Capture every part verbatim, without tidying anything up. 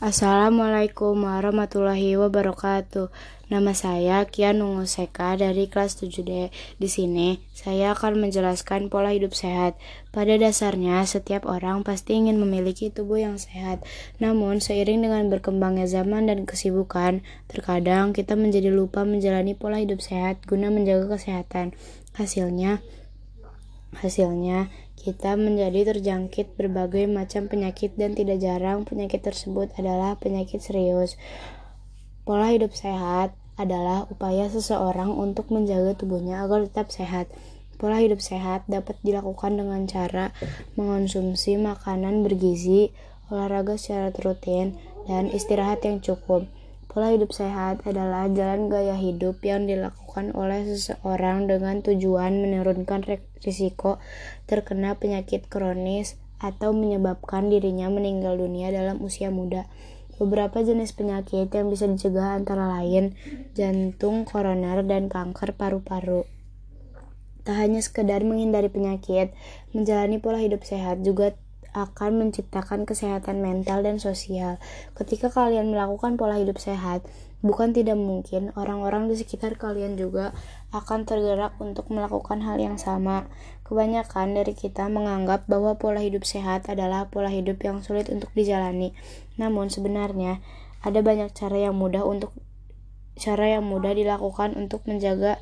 Assalamualaikum warahmatullahi wabarakatuh. Nama saya Kian Nunguseka dari kelas tujuh D. Di sini saya akan menjelaskan pola hidup sehat. Pada dasarnya, setiap orang pasti ingin memiliki tubuh yang sehat. Namun, seiring dengan berkembangnya zaman dan kesibukan, terkadang kita menjadi lupa menjalani pola hidup sehat guna menjaga kesehatan. Hasilnya, Hasilnya, kita menjadi terjangkit berbagai macam penyakit dan tidak jarang penyakit tersebut adalah penyakit serius. Pola hidup sehat adalah upaya seseorang untuk menjaga tubuhnya agar tetap sehat. Pola hidup sehat dapat dilakukan dengan cara mengonsumsi makanan bergizi, olahraga secara rutin, dan istirahat yang cukup. Pola hidup sehat adalah jalan gaya hidup yang dilakukan oleh seseorang dengan tujuan menurunkan risiko terkena penyakit kronis atau menyebabkan dirinya meninggal dunia dalam usia muda. Beberapa jenis penyakit yang bisa dicegah antara lain jantung koroner dan kanker paru-paru. Tak hanya sekedar menghindari penyakit, menjalani pola hidup sehat juga akan menciptakan kesehatan mental dan sosial. Ketika kalian melakukan pola hidup sehat, bukan tidak mungkin orang-orang di sekitar kalian juga akan tergerak untuk melakukan hal yang sama. Kebanyakan dari kita menganggap bahwa pola hidup sehat adalah pola hidup yang sulit untuk dijalani. Namun sebenarnya ada banyak cara yang mudah untuk cara yang mudah dilakukan untuk menjaga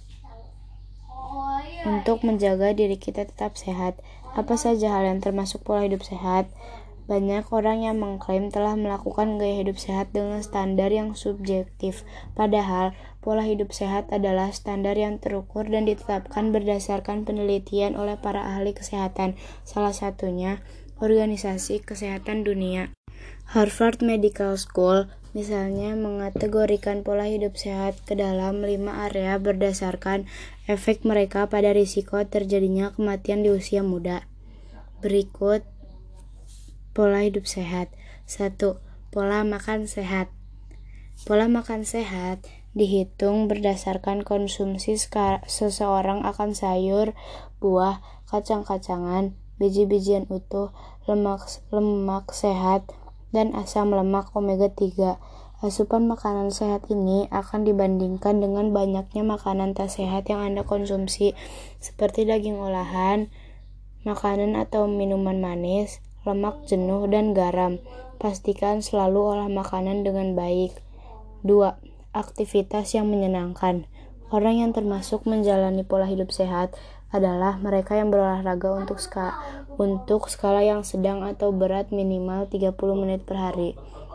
untuk menjaga diri kita tetap sehat. Apa saja hal yang termasuk pola hidup sehat? Banyak orang yang mengklaim telah melakukan gaya hidup sehat dengan standar yang subjektif. Padahal, pola hidup sehat adalah standar yang terukur dan ditetapkan berdasarkan penelitian oleh para ahli kesehatan. Salah satunya, Organisasi Kesehatan Dunia. Harvard Medical School misalnya mengategorikan pola hidup sehat ke dalam lima area berdasarkan efek mereka pada risiko terjadinya kematian di usia muda. Berikut pola hidup sehat. satu. Pola makan sehat. Pola makan sehat dihitung berdasarkan konsumsi seseorang akan sayur, buah, kacang-kacangan, biji-bijian utuh, lemak lemak sehat, dan asam lemak omega tiga. Asupan makanan sehat ini akan dibandingkan dengan banyaknya makanan tak sehat yang Anda konsumsi, seperti daging olahan, makanan atau minuman manis, lemak jenuh, dan garam. Pastikan selalu olah makanan dengan baik. dua. Aktivitas yang menyenangkan. Orang yang termasuk menjalani pola hidup sehat adalah mereka yang berolahraga untuk skala, untuk skala yang sedang atau berat minimal tiga puluh menit per hari.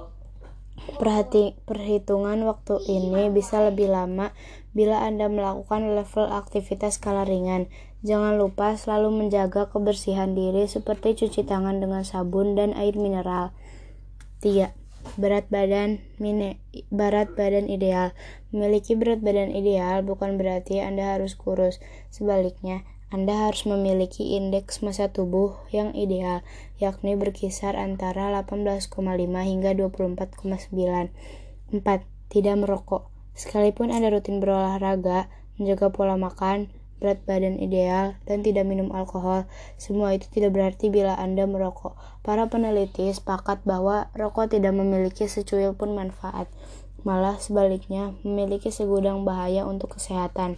Perhati, perhitungan waktu ini bisa lebih lama bila Anda melakukan level aktivitas skala ringan. Jangan lupa selalu menjaga kebersihan diri seperti cuci tangan dengan sabun dan air mineral. tiga. Berat badan mine, berat badan ideal. Memiliki berat badan ideal bukan berarti Anda harus kurus. Sebaliknya, Anda harus memiliki indeks massa tubuh yang ideal, yakni berkisar antara delapan belas koma lima hingga dua puluh empat koma sembilan. empat. Tidak merokok. Sekalipun Anda rutin berolahraga, menjaga pola makan, berat badan ideal, dan tidak minum alkohol, semua itu tidak berarti bila Anda merokok. Para peneliti sepakat bahwa rokok tidak memiliki secuil pun manfaat, malah sebaliknya memiliki segudang bahaya untuk kesehatan.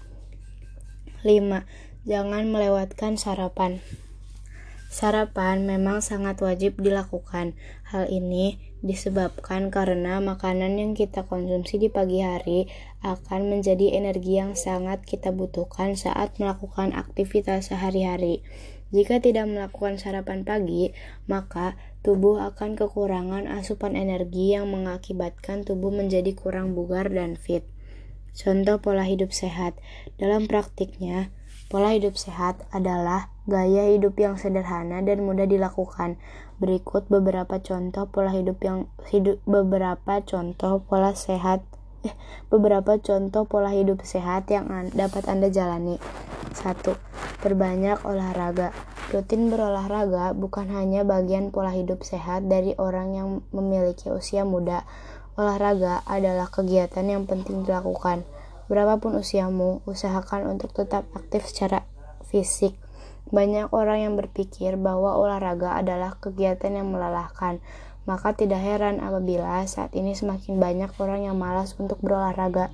lima. Jangan melewatkan sarapan. Sarapan memang sangat wajib dilakukan. Hal ini disebabkan karena makanan yang kita konsumsi di pagi hari akan menjadi energi yang sangat kita butuhkan saat melakukan aktivitas sehari-hari. Jika tidak melakukan sarapan pagi, maka tubuh akan kekurangan asupan energi yang mengakibatkan tubuh menjadi kurang bugar dan fit. Contoh pola hidup sehat. Dalam praktiknya, pola hidup sehat adalah gaya hidup yang sederhana dan mudah dilakukan. Berikut beberapa contoh pola hidup yang hidup beberapa contoh pola sehat eh, beberapa contoh pola hidup sehat yang an, dapat Anda jalani. satu. Perbanyak olahraga. Rutin berolahraga bukan hanya bagian pola hidup sehat dari orang yang memiliki usia muda. Olahraga adalah kegiatan yang penting dilakukan. Berapapun usiamu, usahakan untuk tetap aktif secara fisik. Banyak orang yang berpikir bahwa olahraga adalah kegiatan yang melelahkan. Maka tidak heran apabila saat ini semakin banyak orang yang malas untuk berolahraga.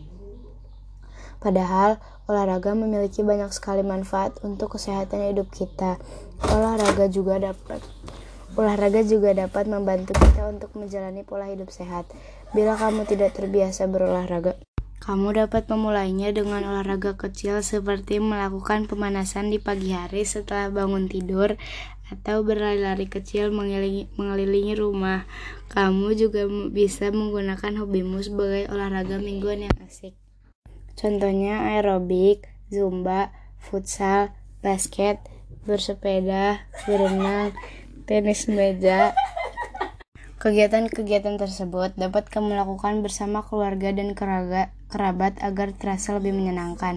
Padahal olahraga memiliki banyak sekali manfaat untuk kesehatan hidup kita. Olahraga juga dapat Olahraga juga dapat membantu kita untuk menjalani pola hidup sehat. Bila kamu tidak terbiasa berolahraga, kamu dapat memulainya dengan olahraga kecil seperti melakukan pemanasan di pagi hari setelah bangun tidur atau berlari-lari kecil mengelilingi, mengelilingi rumah. Kamu juga bisa menggunakan hobimu sebagai olahraga mingguan yang asik. Contohnya aerobik, zumba, futsal, basket, bersepeda, berenang, tenis meja. Kegiatan-kegiatan tersebut dapat kamu lakukan bersama keluarga dan keraga, kerabat agar terasa lebih menyenangkan.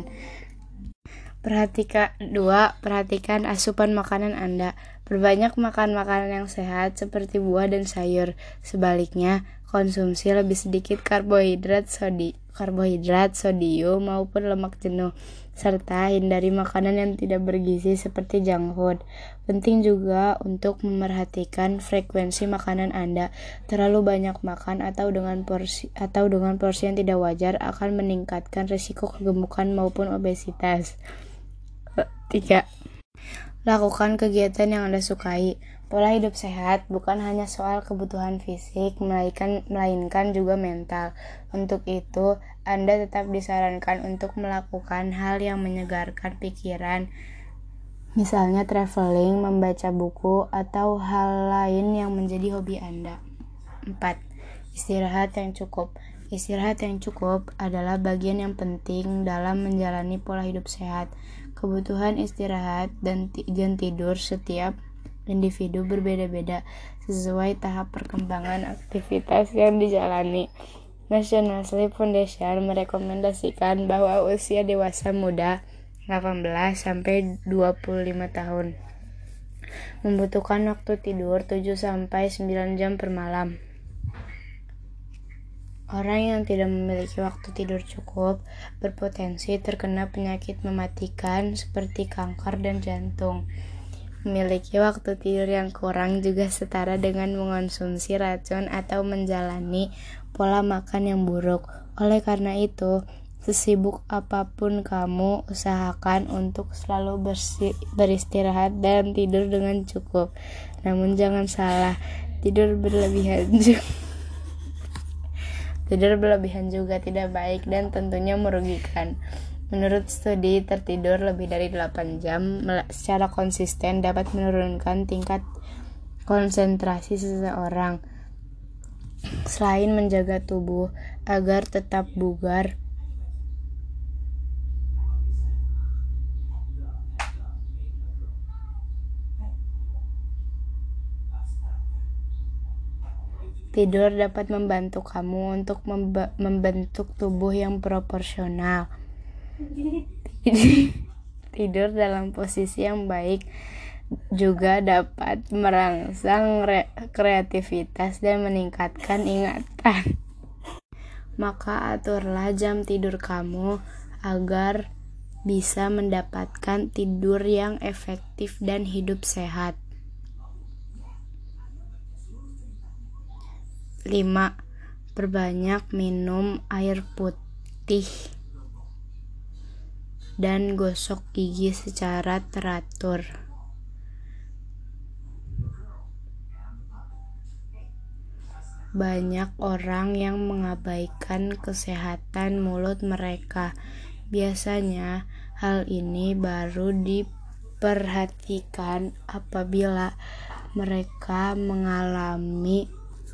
Perhatikan dua. Perhatikan asupan makanan Anda. Perbanyak makan makanan yang sehat seperti buah dan sayur. Sebaliknya, konsumsi lebih sedikit karbohidrat, sodi, karbohidrat, sodium maupun lemak jenuh, serta hindari makanan yang tidak bergizi seperti junk food. Penting juga untuk memerhatikan frekuensi makanan Anda. Terlalu banyak makan atau dengan porsi atau dengan porsi yang tidak wajar akan meningkatkan risiko kegemukan maupun obesitas. Tiga. Lakukan kegiatan yang Anda sukai. Pola hidup sehat bukan hanya soal kebutuhan fisik, melainkan, melainkan juga mental. Untuk itu, Anda tetap disarankan untuk melakukan hal yang menyegarkan pikiran, misalnya traveling, membaca buku, atau hal lain yang menjadi hobi Anda. Empat. Istirahat yang cukup. Istirahat yang cukup adalah bagian yang penting dalam menjalani pola hidup sehat. Kebutuhan istirahat dan, t- dan tidur setiap individu berbeda-beda sesuai tahap perkembangan aktivitas yang dijalani. National Sleep Foundation merekomendasikan bahwa usia dewasa muda delapan belas sampai dua puluh lima tahun membutuhkan waktu tidur tujuh sampai sembilan jam per malam. Orang yang tidak memiliki waktu tidur cukup berpotensi terkena penyakit mematikan seperti kanker dan jantung. Memiliki waktu tidur yang kurang juga setara dengan mengonsumsi racun atau menjalani pola makan yang buruk. Oleh karena itu, sesibuk apapun kamu, usahakan untuk selalu bersi- beristirahat dan tidur dengan cukup. Namun jangan salah, tidur berlebihan juga Tidur berlebihan juga tidak baik dan tentunya merugikan. Menurut studi, tertidur lebih dari delapan jam secara konsisten dapat menurunkan tingkat konsentrasi seseorang. Selain menjaga tubuh agar tetap bugar, tidur dapat membantu kamu untuk memba- membentuk tubuh yang proporsional. Tidur dalam posisi yang baik juga dapat merangsang re- kreativitas dan meningkatkan ingatan. Maka aturlah jam tidur kamu agar bisa mendapatkan tidur yang efektif dan hidup sehat. Lima. Perbanyak minum air putih dan gosok gigi secara teratur. Banyak orang yang mengabaikan kesehatan mulut mereka. Biasanya hal ini baru diperhatikan apabila mereka mengalami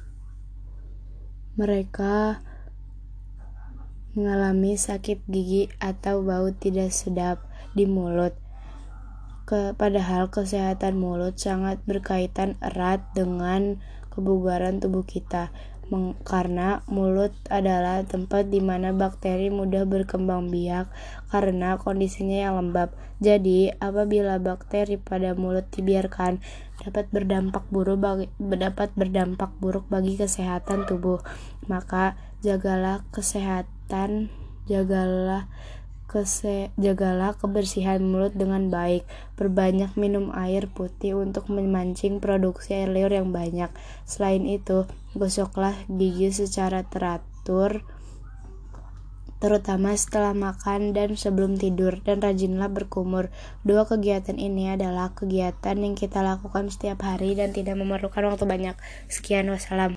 mereka mengalami sakit gigi atau bau tidak sedap di mulut. Ke, padahal kesehatan mulut sangat berkaitan erat dengan kebugaran tubuh kita, Meng, karena mulut adalah tempat di mana bakteri mudah berkembang biak karena kondisinya yang lembab. Jadi, apabila bakteri pada mulut dibiarkan, dapat berdampak buruk bagi, dapat berdampak buruk bagi kesehatan tubuh. Maka jagalah kesehatan, jagalah Kese, jagalah kebersihan mulut dengan baik. Perbanyak minum air putih untuk memancing produksi air liur yang banyak. Selain itu, gosoklah gigi secara teratur, terutama setelah makan dan sebelum tidur, dan rajinlah berkumur. Dua kegiatan ini adalah kegiatan yang kita lakukan setiap hari dan tidak memerlukan waktu banyak. Sekian, wassalam.